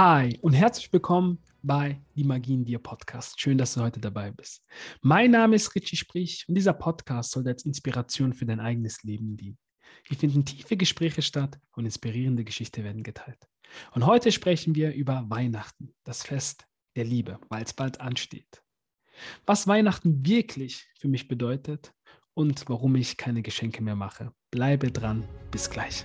Hi und herzlich willkommen bei Die Magie in dir Podcast. Schön, dass du heute dabei bist. Mein Name ist Richie Sprich und dieser Podcast soll als Inspiration für dein eigenes Leben dienen. Hier finden tiefe Gespräche statt und inspirierende Geschichten werden geteilt. Und heute sprechen wir über Weihnachten, das Fest der Liebe, weil es bald ansteht. Was Weihnachten wirklich für mich bedeutet und warum ich keine Geschenke mehr mache. Bleibe dran, bis gleich.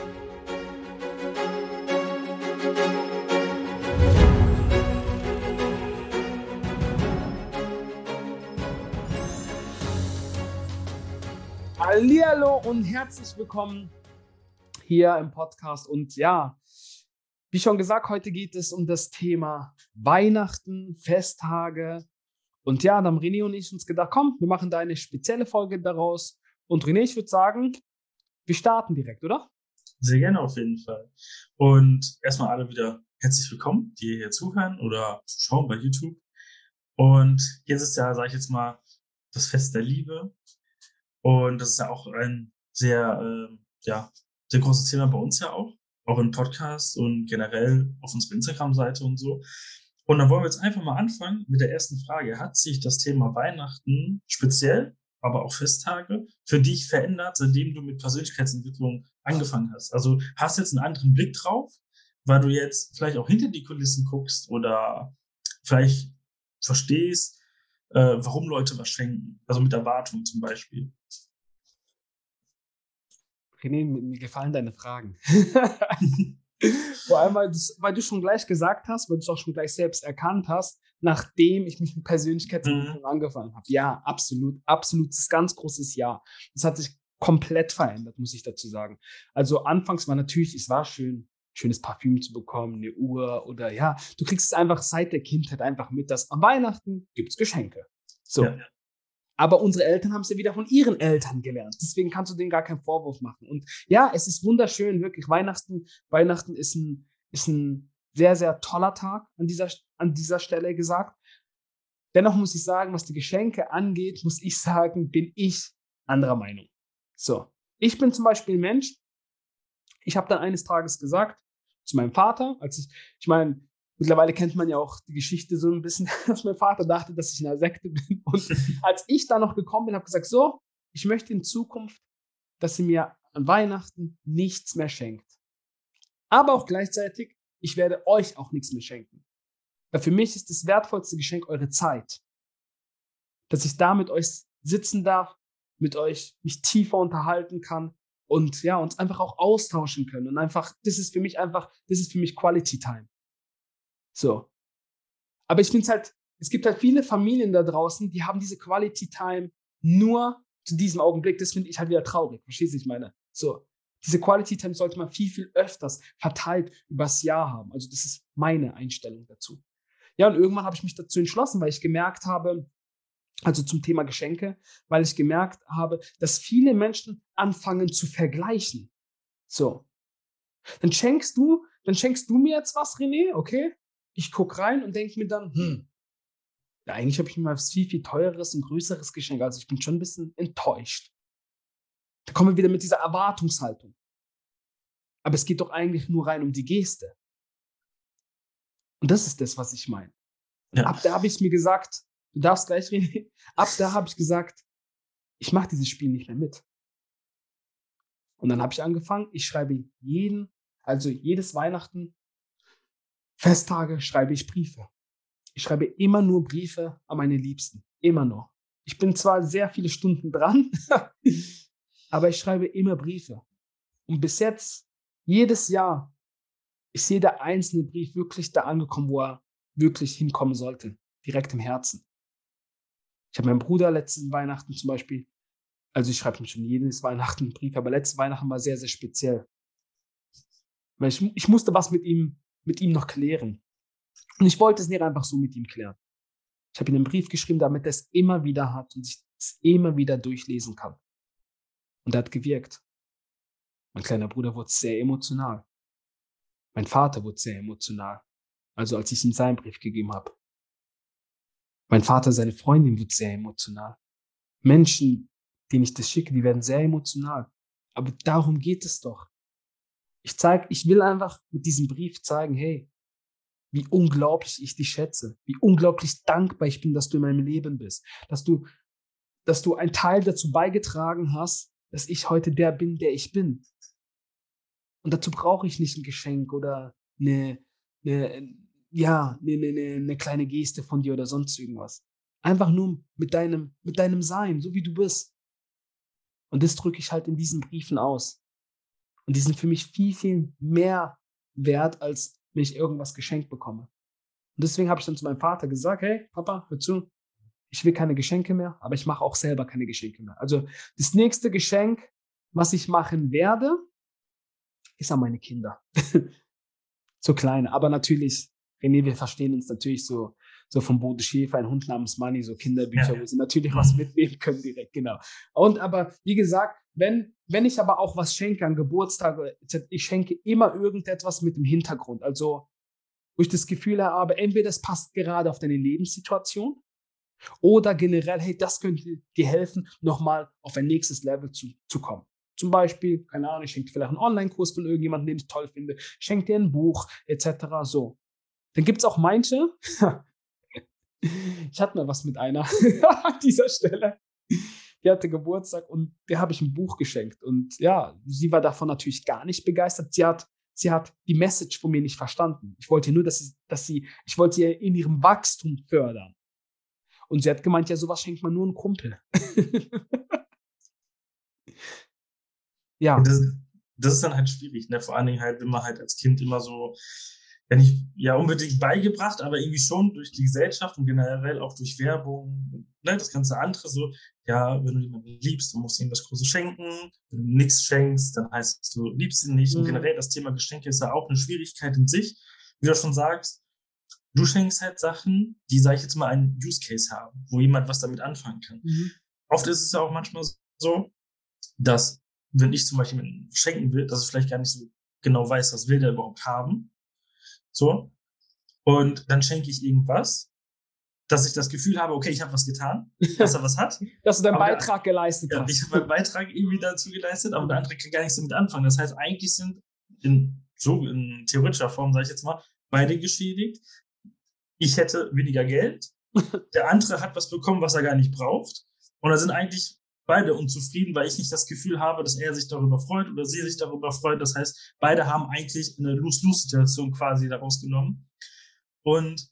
Hallihallo und herzlich willkommen hier im Podcast. Und ja, wie schon gesagt, heute geht es um das Thema Weihnachten, Festtage. Und ja, da haben René und ich uns gedacht, komm, wir machen da eine spezielle Folge daraus. Und René, ich würde sagen, wir starten direkt, oder? Sehr gerne auf jeden Fall. Und erstmal alle wieder herzlich willkommen, die hier zuhören oder zuschauen bei YouTube. Und jetzt ist ja, sage ich jetzt mal, das Fest der Liebe. Und das ist ja auch ein sehr großes Thema bei uns ja auch im Podcast und generell auf unserer Instagram-Seite und so. Und dann wollen wir jetzt einfach mal anfangen mit der ersten Frage. Hat sich das Thema Weihnachten speziell, aber auch Festtage für dich verändert, seitdem du mit Persönlichkeitsentwicklung angefangen hast? Also hast du jetzt einen anderen Blick drauf, weil du jetzt vielleicht auch hinter die Kulissen guckst oder vielleicht verstehst, warum Leute was schenken? Also mit Erwartung zum Beispiel. René, mir gefallen deine Fragen. Vor allem, weil du schon gleich gesagt hast, weil du es auch schon gleich selbst erkannt hast, nachdem ich mich mit Persönlichkeitsentwicklung angefangen habe. Ja, absolut, absolutes ganz großes Ja. Das hat sich komplett verändert, muss ich dazu sagen. Also anfangs war natürlich, es war schön, schönes Parfüm zu bekommen, eine Uhr oder ja, du kriegst es einfach seit der Kindheit einfach mit, dass am Weihnachten gibt es Geschenke. So. Ja. Aber unsere Eltern haben es ja wieder von ihren Eltern gelernt. Deswegen kannst du denen gar keinen Vorwurf machen. Und ja, es ist wunderschön, wirklich. Weihnachten ist ein sehr, sehr toller Tag an dieser Stelle gesagt. Dennoch muss ich sagen, was die Geschenke angeht, muss ich sagen, bin ich anderer Meinung. So. Ich bin zum Beispiel ein Mensch, ich habe dann eines Tages gesagt zu meinem Vater, ich meine, mittlerweile kennt man ja auch die Geschichte so ein bisschen, dass mein Vater dachte, dass ich in einer Sekte bin. Und als ich da noch gekommen bin, habe ich gesagt, so, ich möchte in Zukunft, dass sie mir an Weihnachten nichts mehr schenkt. Aber auch gleichzeitig, ich werde euch auch nichts mehr schenken. Weil für mich ist das wertvollste Geschenk eure Zeit. Dass ich da mit euch sitzen darf, mit euch mich tiefer unterhalten kann und ja, uns einfach auch austauschen können. Und einfach, das ist für mich Quality Time. So. Aber ich finde es halt, es gibt halt viele Familien da draußen, die haben diese Quality Time nur zu diesem Augenblick. Das finde ich halt wieder traurig. Verstehst du, ich meine? So. Diese Quality Time sollte man viel, viel öfters verteilt übers Jahr haben. Also das ist meine Einstellung dazu. Ja, und irgendwann habe ich mich dazu entschlossen, weil ich gemerkt habe, also zum Thema Geschenke, weil ich gemerkt habe, dass viele Menschen anfangen zu vergleichen. So. Dann schenkst du mir jetzt was, René, okay? Ich guck rein und denke mir dann, ja, eigentlich habe ich mir was viel, viel teureres und größeres Geschenk. Also ich bin schon ein bisschen enttäuscht. Da kommen wir wieder mit dieser Erwartungshaltung. Aber es geht doch eigentlich nur rein um die Geste. Und das ist das, was ich meine. Und Ja. ab da habe ich mir gesagt, du darfst gleich reden, ab da habe ich gesagt, ich mache dieses Spiel nicht mehr mit. Und dann habe ich angefangen, ich schreibe jedes Weihnachten, Festtage, schreibe ich Briefe. Ich schreibe immer nur Briefe an meine Liebsten. Immer noch. Ich bin zwar sehr viele Stunden dran, aber ich schreibe immer Briefe. Und bis jetzt, jedes Jahr, ist jeder einzelne Brief wirklich da angekommen, wo er wirklich hinkommen sollte. Direkt im Herzen. Ich habe meinem Bruder letzten Weihnachten zum Beispiel, also ich schreibe ihm schon jedes Weihnachten einen Brief, aber letztes Weihnachten war sehr, sehr speziell. Weil ich musste was mit ihm noch klären. Und ich wollte es nicht einfach so mit ihm klären. Ich habe ihm einen Brief geschrieben, damit er es immer wieder hat und sich es immer wieder durchlesen kann. Und er hat gewirkt. Mein kleiner Bruder wurde sehr emotional. Mein Vater wurde sehr emotional. Also als ich ihm seinen Brief gegeben habe. Mein Vater, seine Freundin wurde sehr emotional. Menschen, denen ich das schicke, die werden sehr emotional. Aber darum geht es doch. Ich will einfach mit diesem Brief zeigen, hey, wie unglaublich ich dich schätze, wie unglaublich dankbar ich bin, dass du in meinem Leben bist, dass du einen Teil dazu beigetragen hast, dass ich heute der bin, der ich bin. Und dazu brauche ich nicht ein Geschenk oder eine, ja, eine kleine Geste von dir oder sonst irgendwas. Einfach nur mit deinem Sein, so wie du bist. Und das drücke ich halt in diesen Briefen aus. Und die sind für mich viel, viel mehr wert, als wenn ich irgendwas geschenkt bekomme. Und deswegen habe ich dann zu meinem Vater gesagt, hey, Papa, hör zu, ich will keine Geschenke mehr, aber ich mache auch selber keine Geschenke mehr. Also das nächste Geschenk, was ich machen werde, ist an meine Kinder. So kleine, aber natürlich, René, wir verstehen uns natürlich so vom Bodo Schäfer, ein Hund namens Money, so Kinderbücher, wo sie natürlich was mitnehmen können direkt, genau. Und aber, wie gesagt, wenn ich aber auch was schenke an Geburtstag, ich schenke immer irgendetwas mit dem Hintergrund. Also, wo ich das Gefühl habe, entweder das passt gerade auf deine Lebenssituation oder generell, hey, das könnte dir helfen, nochmal auf ein nächstes Level zu kommen. Zum Beispiel, keine Ahnung, ich schenke dir vielleicht einen Online-Kurs von irgendjemandem, den ich toll finde, ich schenke dir ein Buch, etc. So. Dann gibt es auch manche, ich hatte mal was mit einer an dieser Stelle, die hatte Geburtstag und der habe ich ein Buch geschenkt. Und ja, sie war davon natürlich gar nicht begeistert. Sie hat die Message von mir nicht verstanden. Ich wollte nur, ich wollte sie in ihrem Wachstum fördern. Und sie hat gemeint, ja, sowas schenkt man nur einem Kumpel. Ja. Das ist dann halt schwierig, ne? Vor allen Dingen halt, wenn man halt als Kind immer so, ja nicht ja unbedingt beigebracht, aber irgendwie schon durch die Gesellschaft und generell auch durch Werbung, ne, das ganze andere so, ja, wenn du jemanden liebst, du musst ihm was Großes schenken, wenn du nichts schenkst, dann heißt es, du liebst ihn nicht. Und generell das Thema Geschenke ist ja auch eine Schwierigkeit in sich. Wie du schon sagst, du schenkst halt Sachen, die, sag ich jetzt mal, einen Use Case haben, wo jemand was damit anfangen kann. Oft ist es ja auch manchmal so, dass, wenn ich zum Beispiel jemanden schenken will, dass ich vielleicht gar nicht so genau weiß, was will der überhaupt haben. So. Und dann schenke ich irgendwas, dass ich das Gefühl habe, okay, ich habe was getan, dass er was hat. Dass du deinen Beitrag geleistet hast. Ich habe meinen Beitrag irgendwie dazu geleistet, aber der andere kann gar nichts damit anfangen. Das heißt, eigentlich sind in theoretischer Form, sage ich jetzt mal, beide geschädigt. Ich hätte weniger Geld, der andere hat was bekommen, was er gar nicht braucht. Und da sind eigentlich beide unzufrieden, weil ich nicht das Gefühl habe, dass er sich darüber freut oder sie sich darüber freut. Das heißt, beide haben eigentlich eine Lose-Lose-Situation quasi daraus genommen. Und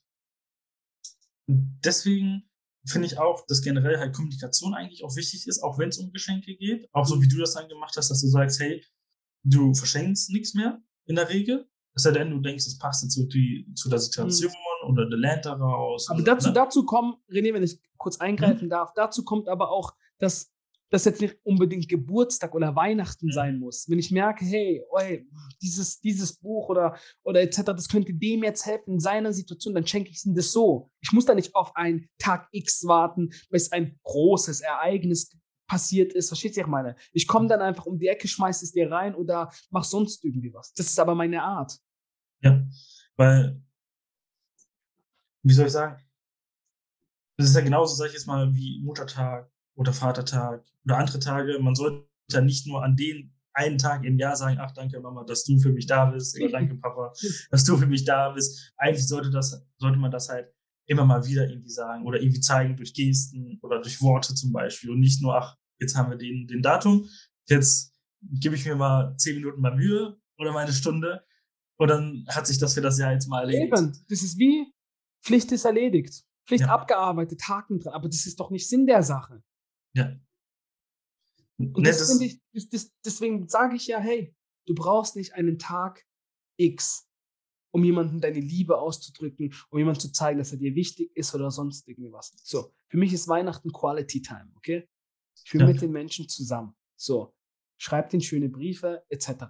deswegen finde ich auch, dass generell halt Kommunikation eigentlich auch wichtig ist, auch wenn es um Geschenke geht. Auch so wie du das dann gemacht hast, dass du sagst, hey, du verschenkst nichts mehr in der Regel. Es sei denn, du denkst, es passt jetzt zu der Situation oder der lernt daraus. Aber oder, dazu kommen, René, wenn ich kurz eingreifen darf, dazu kommt aber auch, dass das jetzt nicht unbedingt Geburtstag oder Weihnachten sein muss. Wenn ich merke, hey, dieses Buch oder etc., das könnte dem jetzt helfen in seiner Situation, dann schenke ich ihm das so. Ich muss da nicht auf einen Tag X warten, bis ein großes Ereignis passiert ist. Versteht ihr, ich meine? Ich komme dann einfach um die Ecke, schmeiß es dir rein oder mach sonst irgendwie was. Das ist aber meine Art. Ja, weil, wie soll ich sagen, das ist ja genauso, sag ich jetzt mal, wie Muttertag oder Vatertag oder andere Tage. Man sollte ja nicht nur an den einen Tag im Jahr sagen, ach, danke Mama, dass du für mich da bist, oder danke Papa, dass du für mich da bist. Eigentlich sollte man das halt immer mal wieder irgendwie sagen oder irgendwie zeigen durch Gesten oder durch Worte zum Beispiel und nicht nur, ach, jetzt haben wir den Datum, jetzt gebe ich mir mal 10 Minuten mal Mühe oder mal eine Stunde und dann hat sich das für das Jahr jetzt mal erledigt. Eben, das ist wie Pflicht ist erledigt. Pflicht abgearbeitet, Haken dran, aber das ist doch nicht Sinn der Sache. Ja. Und deswegen sage ich ja, hey, du brauchst nicht einen Tag X, um jemandem deine Liebe auszudrücken, um jemandem zu zeigen, dass er dir wichtig ist oder sonst irgendwas. So, für mich ist Weihnachten Quality Time, okay? Ich bin mit den Menschen zusammen. So, schreib denen schöne Briefe, etc.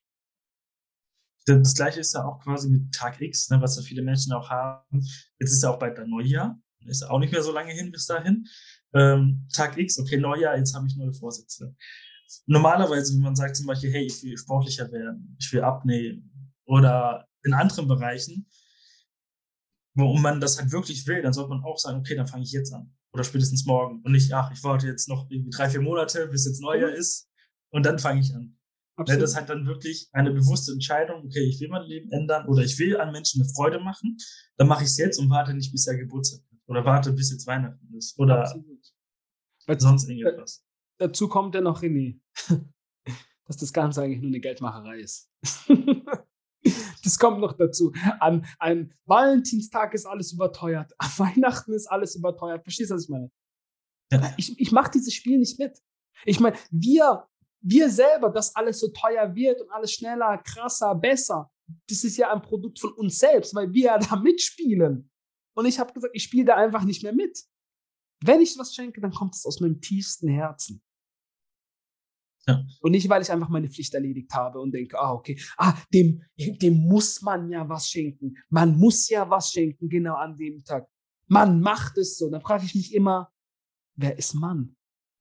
Das Gleiche ist ja auch quasi mit Tag X, ne, was ja viele Menschen auch haben. Jetzt ist ja auch bald ein Neujahr. Ist auch nicht mehr so lange hin bis dahin. Tag X, okay, Neujahr, jetzt habe ich neue Vorsätze. Normalerweise, wenn man sagt zum Beispiel, hey, ich will sportlicher werden, ich will abnehmen oder in anderen Bereichen, wo man das halt wirklich will, dann sollte man auch sagen, okay, dann fange ich jetzt an. Oder spätestens morgen. Und nicht, ach, ich warte jetzt noch irgendwie 3-4 Monate, bis jetzt Neujahr ist und dann fange ich an. Ne, das ist halt dann wirklich eine bewusste Entscheidung, okay, ich will mein Leben ändern oder ich will an Menschen eine Freude machen, dann mache ich es jetzt und warte nicht, bis er Geburtstag hat. Oder warte, bis jetzt Weihnachten ist. Oder Absolut. Jetzt, sonst irgendetwas. dazu kommt ja noch, René, dass das Ganze eigentlich nur eine Geldmacherei ist. Das kommt noch dazu. An Valentinstag ist alles überteuert. An Weihnachten ist alles überteuert. Verstehst du, was ich meine? Ja. Ich mache dieses Spiel nicht mit. Ich meine, wir selber, dass alles so teuer wird und alles schneller, krasser, besser, das ist ja ein Produkt von uns selbst, weil wir ja da mitspielen. Und ich habe gesagt, ich spiele da einfach nicht mehr mit. Wenn ich was schenke, dann kommt es aus meinem tiefsten Herzen. Ja. Und nicht, weil ich einfach meine Pflicht erledigt habe und denke, okay, dem muss man ja was schenken. Man muss ja was schenken, genau an dem Tag. Man macht es so. Dann frage ich mich immer, wer ist Mann?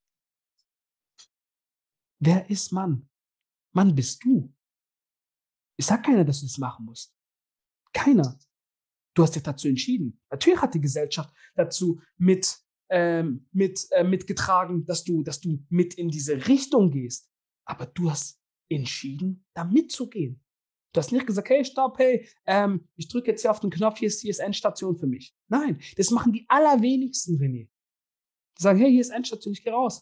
Wer ist Mann? Mann bist du. Ich sag keiner, dass du das machen musst. Keiner. Du hast dich dazu entschieden. Natürlich hat die Gesellschaft dazu mitgetragen, dass du mit in diese Richtung gehst. Aber du hast entschieden, da mitzugehen. Du hast nicht gesagt, hey, stopp, hey, ich drücke jetzt hier auf den Knopf, hier ist Endstation für mich. Nein, das machen die allerwenigsten, René. Die sagen, hey, hier ist Endstation, ich gehe raus.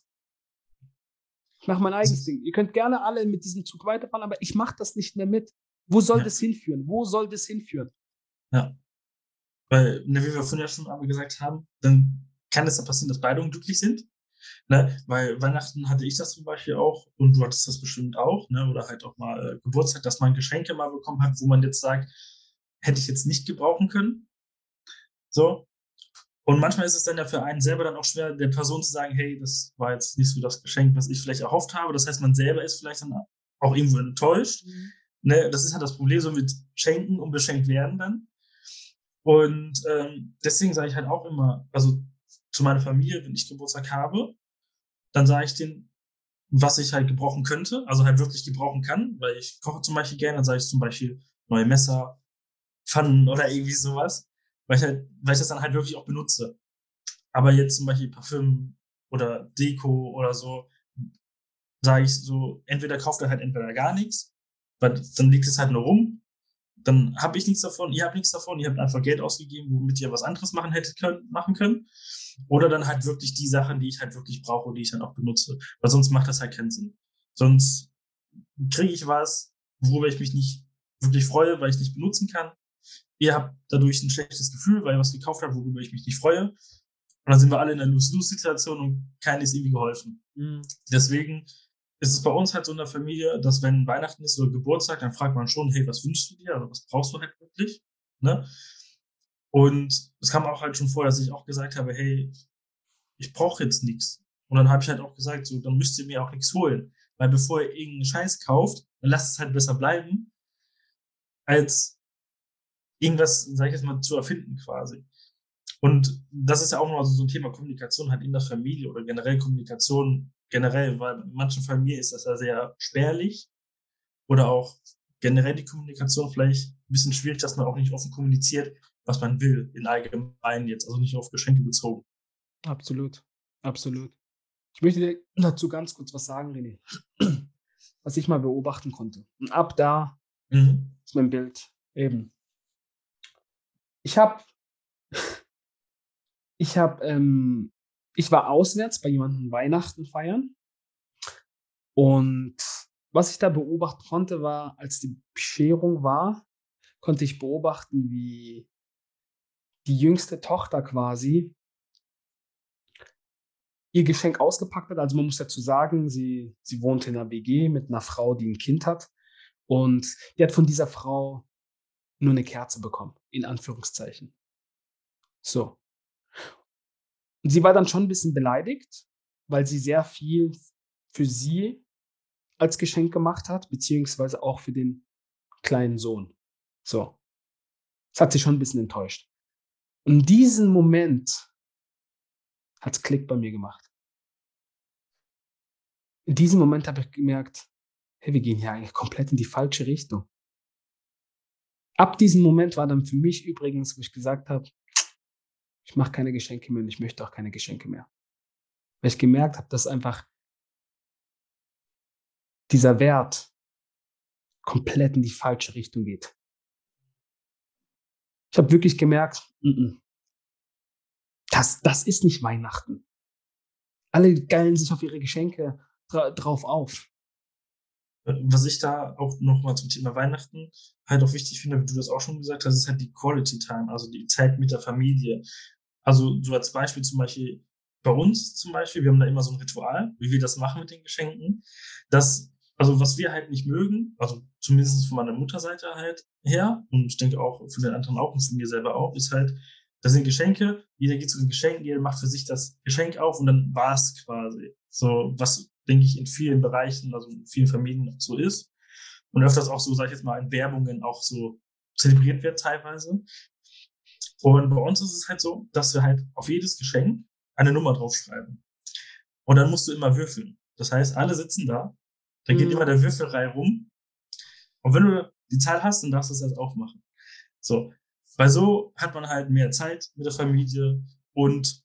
Ich mache mein eigenes Ding. Ihr könnt gerne alle mit diesem Zug weiterfahren, aber ich mache das nicht mehr mit. Wo soll das hinführen? Wo soll das hinführen? Ja. Weil, ne, wie wir vorhin ja schon einmal gesagt haben, dann kann es ja passieren, dass beide unglücklich sind. Ne? Weil Weihnachten hatte ich das zum Beispiel auch und du hattest das bestimmt auch, ne? Oder halt auch mal Geburtstag, dass man Geschenke mal bekommen hat, wo man jetzt sagt, hätte ich jetzt nicht gebrauchen können. So. Und manchmal ist es dann ja für einen selber dann auch schwer, der Person zu sagen, hey, das war jetzt nicht so das Geschenk, was ich vielleicht erhofft habe. Das heißt, man selber ist vielleicht dann auch irgendwo enttäuscht. Ne? Das ist halt das Problem so mit Schenken und beschenkt werden dann. Und deswegen sage ich halt auch immer, also zu meiner Familie, wenn ich Geburtstag habe, dann sage ich denen, was ich halt gebrauchen könnte, also halt wirklich gebrauchen kann, weil ich koche zum Beispiel gerne, dann sage ich zum Beispiel neue Messer, Pfannen oder irgendwie sowas, weil ich das dann halt wirklich auch benutze. Aber jetzt zum Beispiel Parfüm oder Deko oder so, sage ich so, entweder kauft er halt entweder gar nichts, weil dann liegt es halt nur rum, dann habe ich nichts davon, ihr habt nichts davon, ihr habt einfach Geld ausgegeben, womit ihr was anderes machen können. Oder dann halt wirklich die Sachen, die ich halt wirklich brauche, die ich dann auch benutze. Weil sonst macht das halt keinen Sinn. Sonst kriege ich was, worüber ich mich nicht wirklich freue, weil ich nicht benutzen kann. Ihr habt dadurch ein schlechtes Gefühl, weil ihr was gekauft habt, worüber ich mich nicht freue. Und dann sind wir alle in einer Lose-Lose-Situation und keinem ist irgendwie geholfen. Deswegen ist es bei uns halt so in der Familie, dass wenn Weihnachten ist oder Geburtstag, dann fragt man schon, hey, was wünschst du dir? Also was brauchst du halt wirklich? Ne? Und es kam auch halt schon vor, dass ich auch gesagt habe, hey, ich brauche jetzt nichts. Und dann habe ich halt auch gesagt, so, dann müsst ihr mir auch nichts holen. Weil bevor ihr irgendeinen Scheiß kauft, dann lasst es halt besser bleiben, als irgendwas, sag ich jetzt mal, zu erfinden quasi. Und das ist ja auch noch so ein Thema Kommunikation halt in der Familie oder generell Kommunikation generell, weil in manchen Familien ist das ja sehr spärlich oder auch generell die Kommunikation vielleicht ein bisschen schwierig, dass man auch nicht offen kommuniziert, was man will, in allgemein jetzt, also nicht auf Geschenke bezogen. Absolut. Absolut. Ich möchte dir dazu ganz kurz was sagen, René, was ich mal beobachten konnte. Und ab da ist mein Bild eben. Ich war auswärts bei jemandem Weihnachten feiern und was ich da beobachten konnte, war, als die Bescherung war, konnte ich beobachten, wie die jüngste Tochter quasi ihr Geschenk ausgepackt hat. Also man muss dazu sagen, sie wohnt in einer WG mit einer Frau, die ein Kind hat und die hat von dieser Frau nur eine Kerze bekommen, in Anführungszeichen. So. Und sie war dann schon ein bisschen beleidigt, weil sie sehr viel für sie als Geschenk gemacht hat, beziehungsweise auch für den kleinen Sohn. So. Das hat sie schon ein bisschen enttäuscht. Und in diesem Moment hat es Klick bei mir gemacht. In diesem Moment habe ich gemerkt, hey, wir gehen hier eigentlich komplett in die falsche Richtung. Ab diesem Moment war dann für mich übrigens, wo ich gesagt habe, ich mache keine Geschenke mehr und ich möchte auch keine Geschenke mehr. Weil ich gemerkt habe, dass einfach dieser Wert komplett in die falsche Richtung geht. Ich habe wirklich gemerkt, das ist nicht Weihnachten. Alle geilen sich auf ihre Geschenke drauf auf. Was ich da auch nochmal zum Thema Weihnachten halt auch wichtig finde, wie du das auch schon gesagt hast, ist halt die Quality Time, also die Zeit mit der Familie. Also so als Beispiel zum Beispiel bei uns zum Beispiel, wir haben da immer so ein Ritual, wie wir das machen mit den Geschenken. Also was wir halt nicht mögen, also zumindest von meiner Mutterseite halt her, und ich denke auch von den anderen auch und von mir selber auch, ist halt, das sind Geschenke, jeder geht zu den Geschenken, jeder macht für sich das Geschenk auf und dann war's quasi. So, was, denke ich, in vielen Bereichen, also in vielen Familien auch so ist. Und öfters auch so, sag ich jetzt mal, in Werbungen auch so zelebriert wird teilweise. Und bei uns ist es halt so, dass wir halt auf jedes Geschenk eine Nummer draufschreiben. Und dann musst du immer würfeln. Das heißt, alle sitzen da, dann geht immer der Würfelreihe rum. Und wenn du die Zahl hast, dann darfst du es erst aufmachen. So. Weil so hat man halt mehr Zeit mit der Familie und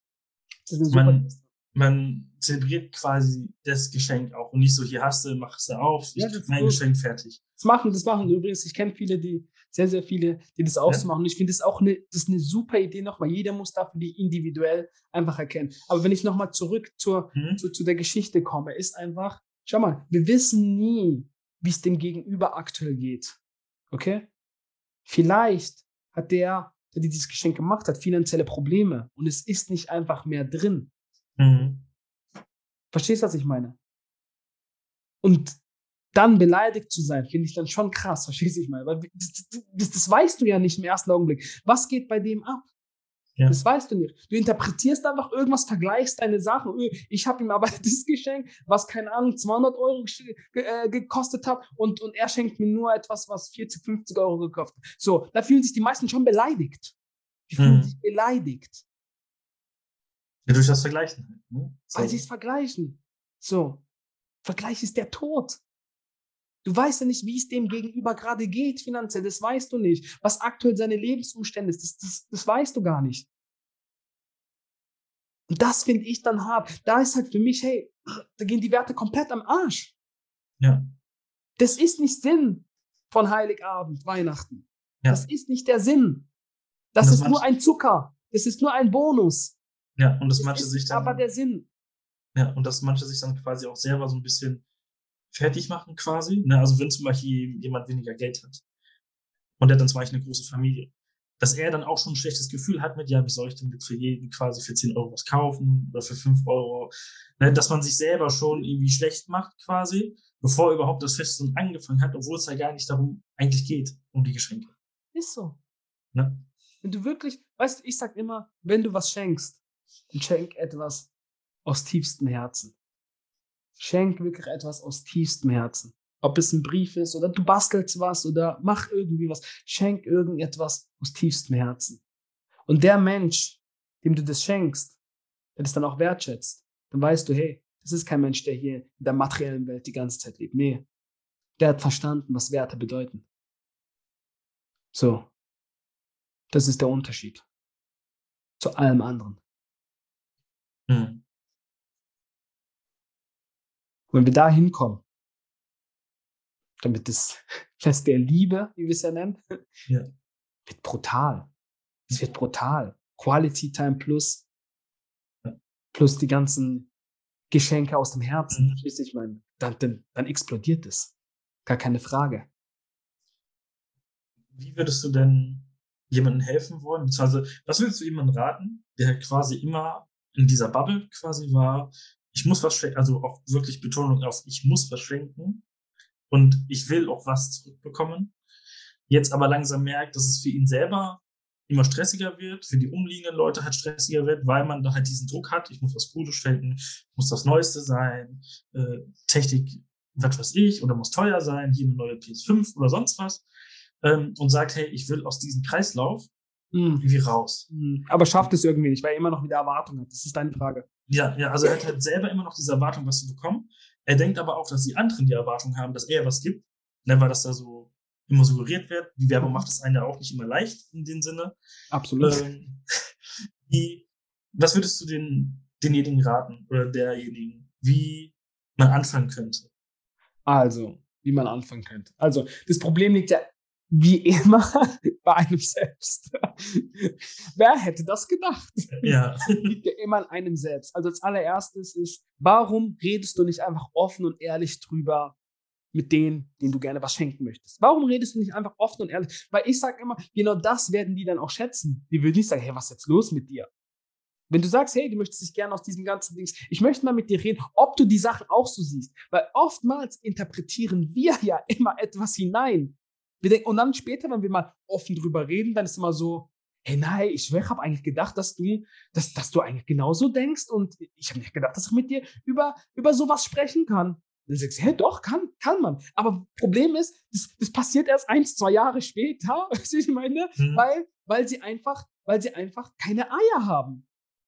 man zelebriert quasi das Geschenk auch. Und nicht so, hier hast du, machst du auf, ich krieg mein Geschenk fertig. Das machen übrigens. Ich kenne viele, sehr viele, die das auch so machen. Und ich finde das auch das ist eine super Idee nochmal. Jeder muss dafür die individuell einfach erkennen. Aber wenn ich nochmal zurück zu der Geschichte komme, ist einfach, schau mal, wir wissen nie, wie es dem Gegenüber aktuell geht. Okay? Vielleicht hat der dieses Geschenk gemacht hat, finanzielle Probleme und es ist nicht einfach mehr drin. Verstehst du, was ich meine? Und dann beleidigt zu sein, finde ich dann schon krass, verstehst du, ich meine? Weil das weißt du ja nicht im ersten Augenblick. Was geht bei dem ab? Ja. Das weißt du nicht. Du interpretierst einfach irgendwas, vergleichst deine Sachen. Ich habe ihm aber das Geschenk, was, keine Ahnung, 200 Euro gekostet hat und er schenkt mir nur etwas, was 40, 50 Euro gekostet hat. So, da fühlen sich die meisten schon beleidigt. Die fühlen sich beleidigt. Ja, durch das Vergleichen halt, ne? So. Weil sie es vergleichen. So. Vergleich ist der Tod. Du weißt ja nicht, wie es dem Gegenüber gerade geht finanziell. Das weißt du nicht. Was aktuell seine Lebensumstände ist, das weißt du gar nicht. Und das finde ich dann hart. Da ist halt für mich, hey, da gehen die Werte komplett am Arsch. Ja. Das ist nicht Sinn von Heiligabend, Weihnachten. Ja. Das ist nicht der Sinn. Das ist nur ein Zucker. Das ist nur ein Bonus. Ja, und das manche sich dann. Aber der Sinn. Ja, und dass manche sich dann quasi auch selber so ein bisschen fertig machen quasi. Ne? Also wenn zum Beispiel jemand weniger Geld hat und der hat dann zum Beispiel eine große Familie, dass er dann auch schon ein schlechtes Gefühl hat mit, ja, wie soll ich denn jetzt für jeden quasi für 10 Euro was kaufen oder für 5 Euro, ne? Dass man sich selber schon irgendwie schlecht macht quasi, bevor überhaupt das Fest schon angefangen hat, obwohl es ja gar nicht darum eigentlich geht, um die Geschenke. Ist so. Ne? Wenn du wirklich, weißt du, ich sag immer, wenn du was schenkst, dann schenk etwas aus tiefstem Herzen. Schenk wirklich etwas aus tiefstem Herzen. Ob es ein Brief ist oder du bastelst was oder mach irgendwie was. Schenk irgendetwas aus tiefstem Herzen. Und der Mensch, dem du das schenkst, der das dann auch wertschätzt, dann weißt du, hey, das ist kein Mensch, der hier in der materiellen Welt die ganze Zeit lebt. Nee, der hat verstanden, was Werte bedeuten. So. Das ist der Unterschied zu allem anderen. Wenn wir da hinkommen, dann wird das Fest der Liebe, wie wir es ja nennen, wird brutal. Es wird brutal. Quality Time plus die ganzen Geschenke aus dem Herzen. Ich meine, dann explodiert es. Gar keine Frage. Wie würdest du denn jemandem helfen wollen? Beziehungsweise, was würdest du jemandem raten, der quasi immer in dieser Bubble quasi war, ich muss was schenken, also auch wirklich Betonung auf, ich muss was schenken und ich will auch was zurückbekommen, jetzt aber langsam merkt, dass es für ihn selber immer stressiger wird, für die umliegenden Leute halt stressiger wird, weil man da halt diesen Druck hat, ich muss was Gutes schenken, muss das Neueste sein, Technik, was weiß ich, oder muss teuer sein, hier eine neue PS5 oder sonst was, und sagt, hey, ich will aus diesem Kreislauf irgendwie raus. Aber schafft es irgendwie nicht, weil er immer noch wieder Erwartungen hat. Das ist deine Frage. Ja, also er hat halt selber immer noch diese Erwartung, was zu bekommen. Er denkt aber auch, dass die anderen die Erwartung haben, dass er was gibt, ne, weil das da so immer suggeriert wird. Die Werbung macht es einen ja auch nicht immer leicht in dem Sinne. Absolut. Was würdest du denjenigen raten oder derjenigen, wie man anfangen könnte? Also, wie man anfangen könnte. Also, das Problem liegt ja wie immer bei einem selbst. Wer hätte das gedacht? Ja. Liegt ja immer an einem selbst. Also als allererstes ist, warum redest du nicht einfach offen und ehrlich drüber mit denen du gerne was schenken möchtest? Warum redest du nicht einfach offen und ehrlich? Weil ich sage immer, genau das werden die dann auch schätzen. Die würden nicht sagen, hey, was ist jetzt los mit dir? Wenn du sagst, hey, du möchtest dich gerne aus diesem ganzen Ding, ich möchte mal mit dir reden, ob du die Sachen auch so siehst. Weil oftmals interpretieren wir ja immer etwas hinein. Wir denken, und dann später, wenn wir mal offen drüber reden, dann ist immer so, hey, nein, ich habe eigentlich gedacht, dass du eigentlich genauso denkst und ich habe nicht gedacht, dass ich mit dir über sowas sprechen kann. Dann sagst du, hey, doch, kann man. Aber Problem ist, das passiert erst 1-2 Jahre später, weißt du, ich meine, weil sie einfach keine Eier haben.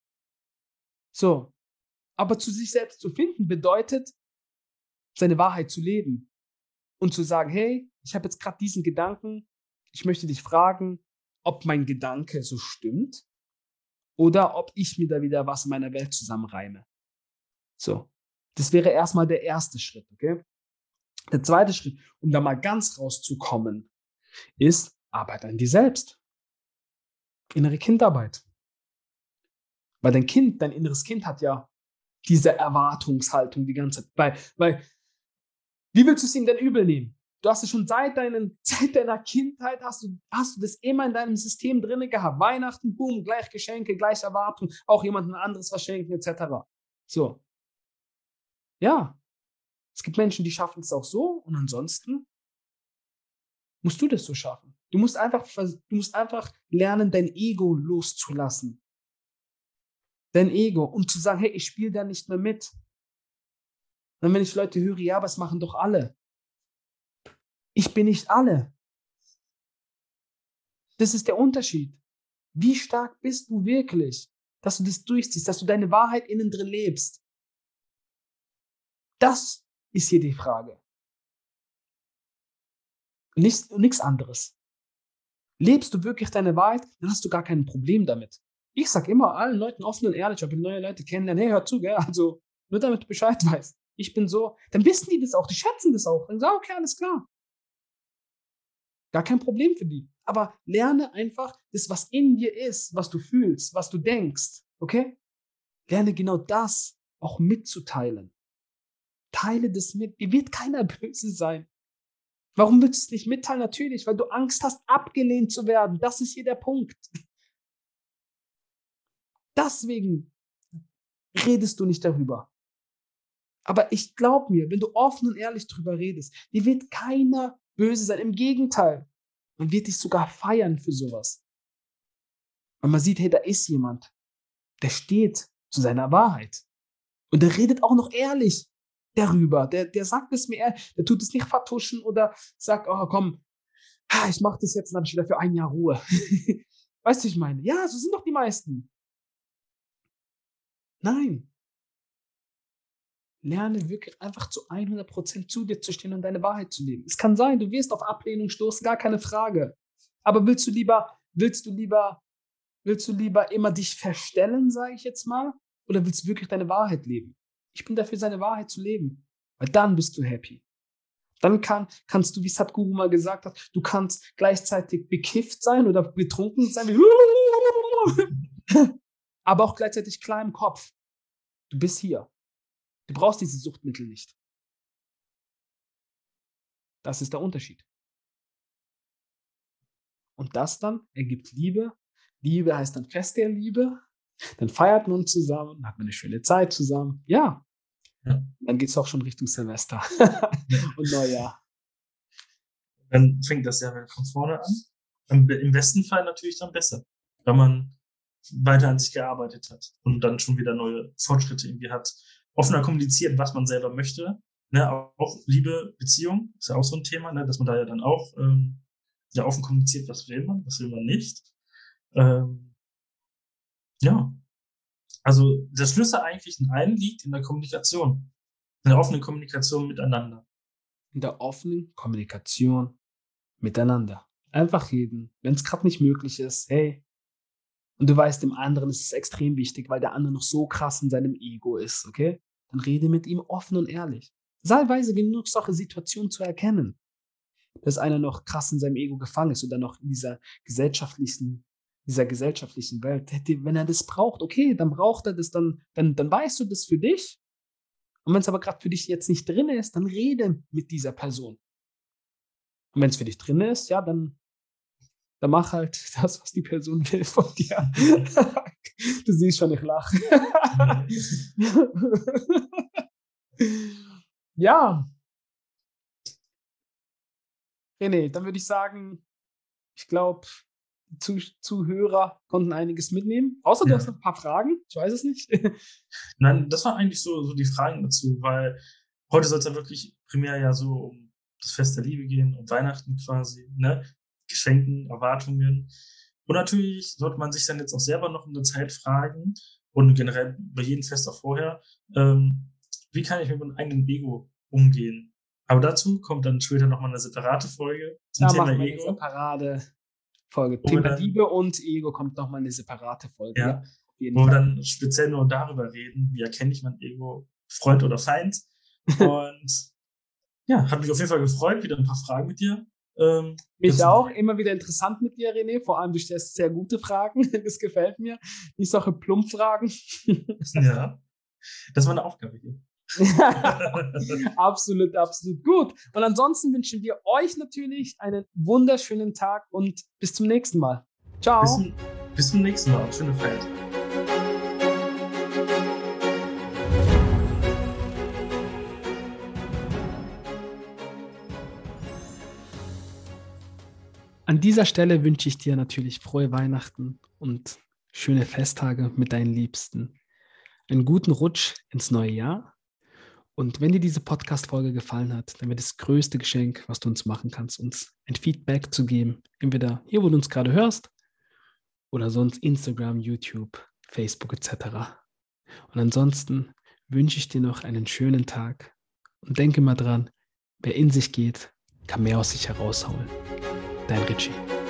So. Aber zu sich selbst zu finden bedeutet, seine Wahrheit zu leben. Und zu sagen, hey, ich habe jetzt gerade diesen Gedanken, ich möchte dich fragen, ob mein Gedanke so stimmt oder ob ich mir da wieder was in meiner Welt zusammenreime. So. Das wäre erstmal der erste Schritt, okay? Der zweite Schritt, um da mal ganz rauszukommen, ist Arbeit an dir selbst. Innere Kindarbeit. Weil dein inneres Kind hat ja diese Erwartungshaltung die ganze Zeit. Weil wie willst du es ihm denn übel nehmen? Du hast es schon seit deiner Kindheit, hast du das immer in deinem System drin gehabt. Weihnachten, boom, gleich Geschenke, gleich Erwartung, auch jemandem anderes was schenken, etc. So. Ja. Es gibt Menschen, die schaffen es auch so und ansonsten musst du das so schaffen. Du musst einfach lernen, dein Ego loszulassen. Dein Ego. Und zu sagen, hey, ich spiele da nicht mehr mit. Und wenn ich Leute höre, ja, aber es machen doch alle. Ich bin nicht alle. Das ist der Unterschied. Wie stark bist du wirklich, dass du das durchziehst, dass du deine Wahrheit innen drin lebst? Das ist hier die Frage. Nichts anderes. Lebst du wirklich deine Wahrheit, dann hast du gar kein Problem damit. Ich sage immer allen Leuten offen und ehrlich, ob ich neue Leute kennenlerne, hey, hör zu, gell? Also nur damit du Bescheid weißt. Ich bin so, dann wissen die das auch, die schätzen das auch. Dann sagen, okay, alles klar. Gar kein Problem für die. Aber lerne einfach das, was in dir ist, was du fühlst, was du denkst. Okay? Lerne genau das auch mitzuteilen. Teile das mit. Dir wird keiner böse sein. Warum willst du es nicht mitteilen? Natürlich, weil du Angst hast, abgelehnt zu werden. Das ist hier der Punkt. Deswegen redest du nicht darüber. Aber ich glaube mir, wenn du offen und ehrlich darüber redest, dir wird keiner böse sein. Im Gegenteil. Man wird dich sogar feiern für sowas. Weil man sieht, hey, da ist jemand, der steht zu seiner Wahrheit. Und der redet auch noch ehrlich darüber. Der sagt es mir ehrlich. Der tut es nicht vertuschen oder sagt, oh komm, ich mache das jetzt und dann habe ich wieder für 1 Jahr Ruhe. Weißt du, ich meine? Ja, so sind doch die meisten. Nein. Lerne wirklich einfach zu 100% zu dir zu stehen und deine Wahrheit zu leben. Es kann sein, du wirst auf Ablehnung stoßen, gar keine Frage. Aber willst du lieber immer dich verstellen, sage ich jetzt mal, oder willst du wirklich deine Wahrheit leben? Ich bin dafür, seine Wahrheit zu leben, weil dann bist du happy. Dann kannst du, wie Sadhguru mal gesagt hat, du kannst gleichzeitig bekifft sein oder betrunken sein, aber auch gleichzeitig klar im Kopf. Du bist hier. Du brauchst diese Suchtmittel nicht. Das ist der Unterschied. Und das dann ergibt Liebe. Liebe heißt dann Fest der Liebe. Dann feiert man zusammen, hat man eine schöne Zeit zusammen. Ja. Dann geht es auch schon Richtung Silvester und Neujahr. Dann fängt das Jahr von vorne an. Im besten Fall natürlich dann besser, weil man weiter an sich gearbeitet hat und dann schon wieder neue Fortschritte irgendwie hat. Offener kommuniziert, was man selber möchte. Ne, auch Liebe, Beziehung ist ja auch so ein Thema, ne, dass man da ja dann auch ja offen kommuniziert, was will man nicht. Ja, also der Schlüssel eigentlich in allem liegt in der Kommunikation, in der offenen Kommunikation miteinander. In der offenen Kommunikation miteinander. Einfach reden, wenn es gerade nicht möglich ist, hey. Und du weißt, dem anderen ist es extrem wichtig, weil der andere noch so krass in seinem Ego ist, okay? Dann rede mit ihm offen und ehrlich. Wahlweise genug solche Situationen zu erkennen, dass einer noch krass in seinem Ego gefangen ist oder noch in dieser gesellschaftlichen Welt. Wenn er das braucht, okay, dann braucht er das, dann weißt du das für dich. Und wenn es aber gerade für dich jetzt nicht drin ist, dann rede mit dieser Person. Und wenn es für dich drin ist, ja, dann mach halt das, was die Person will von dir. Du siehst schon, ich lache. Ja. René, dann würde ich sagen, ich glaube, die Zuhörer konnten einiges mitnehmen. Außer du hast noch ein paar Fragen. Ich weiß es nicht. Nein, das waren eigentlich so die Fragen dazu, weil heute soll es ja wirklich primär ja so um das Fest der Liebe gehen, um Weihnachten quasi, ne? Geschenken, Erwartungen. Und natürlich sollte man sich dann jetzt auch selber noch in der Zeit fragen und generell bei jedem Fest auch vorher, wie kann ich mit meinem eigenen Ego umgehen? Aber dazu kommt dann später nochmal eine separate Folge zum Thema machen wir Ego. Eine separate Folge. Thema Liebe und Ego kommt nochmal eine separate Folge. Ja, auf jeden Fall. Wir dann speziell nur darüber reden, wie erkenne ich mein Ego, Freund oder Feind. Und ja, hat mich auf jeden Fall gefreut, wieder ein paar Fragen mit dir. Mich auch, immer wieder interessant mit dir, René. Vor allem, du stellst sehr gute Fragen. Das gefällt mir. Nicht solche Plumpfragen. Ja, das war eine Aufgabe hier. Absolut, absolut gut. Und ansonsten wünschen wir euch natürlich einen wunderschönen Tag und bis zum nächsten Mal. Ciao. Bis zum nächsten Mal. Schöne Feier. An dieser Stelle wünsche ich dir natürlich frohe Weihnachten und schöne Festtage mit deinen Liebsten. Einen guten Rutsch ins neue Jahr. Und wenn dir diese Podcast-Folge gefallen hat, dann wäre das größte Geschenk, was du uns machen kannst, uns ein Feedback zu geben. Entweder hier, wo du uns gerade hörst, oder sonst Instagram, YouTube, Facebook etc. Und ansonsten wünsche ich dir noch einen schönen Tag. Und denke mal dran, wer in sich geht, kann mehr aus sich herausholen. Dein Richie.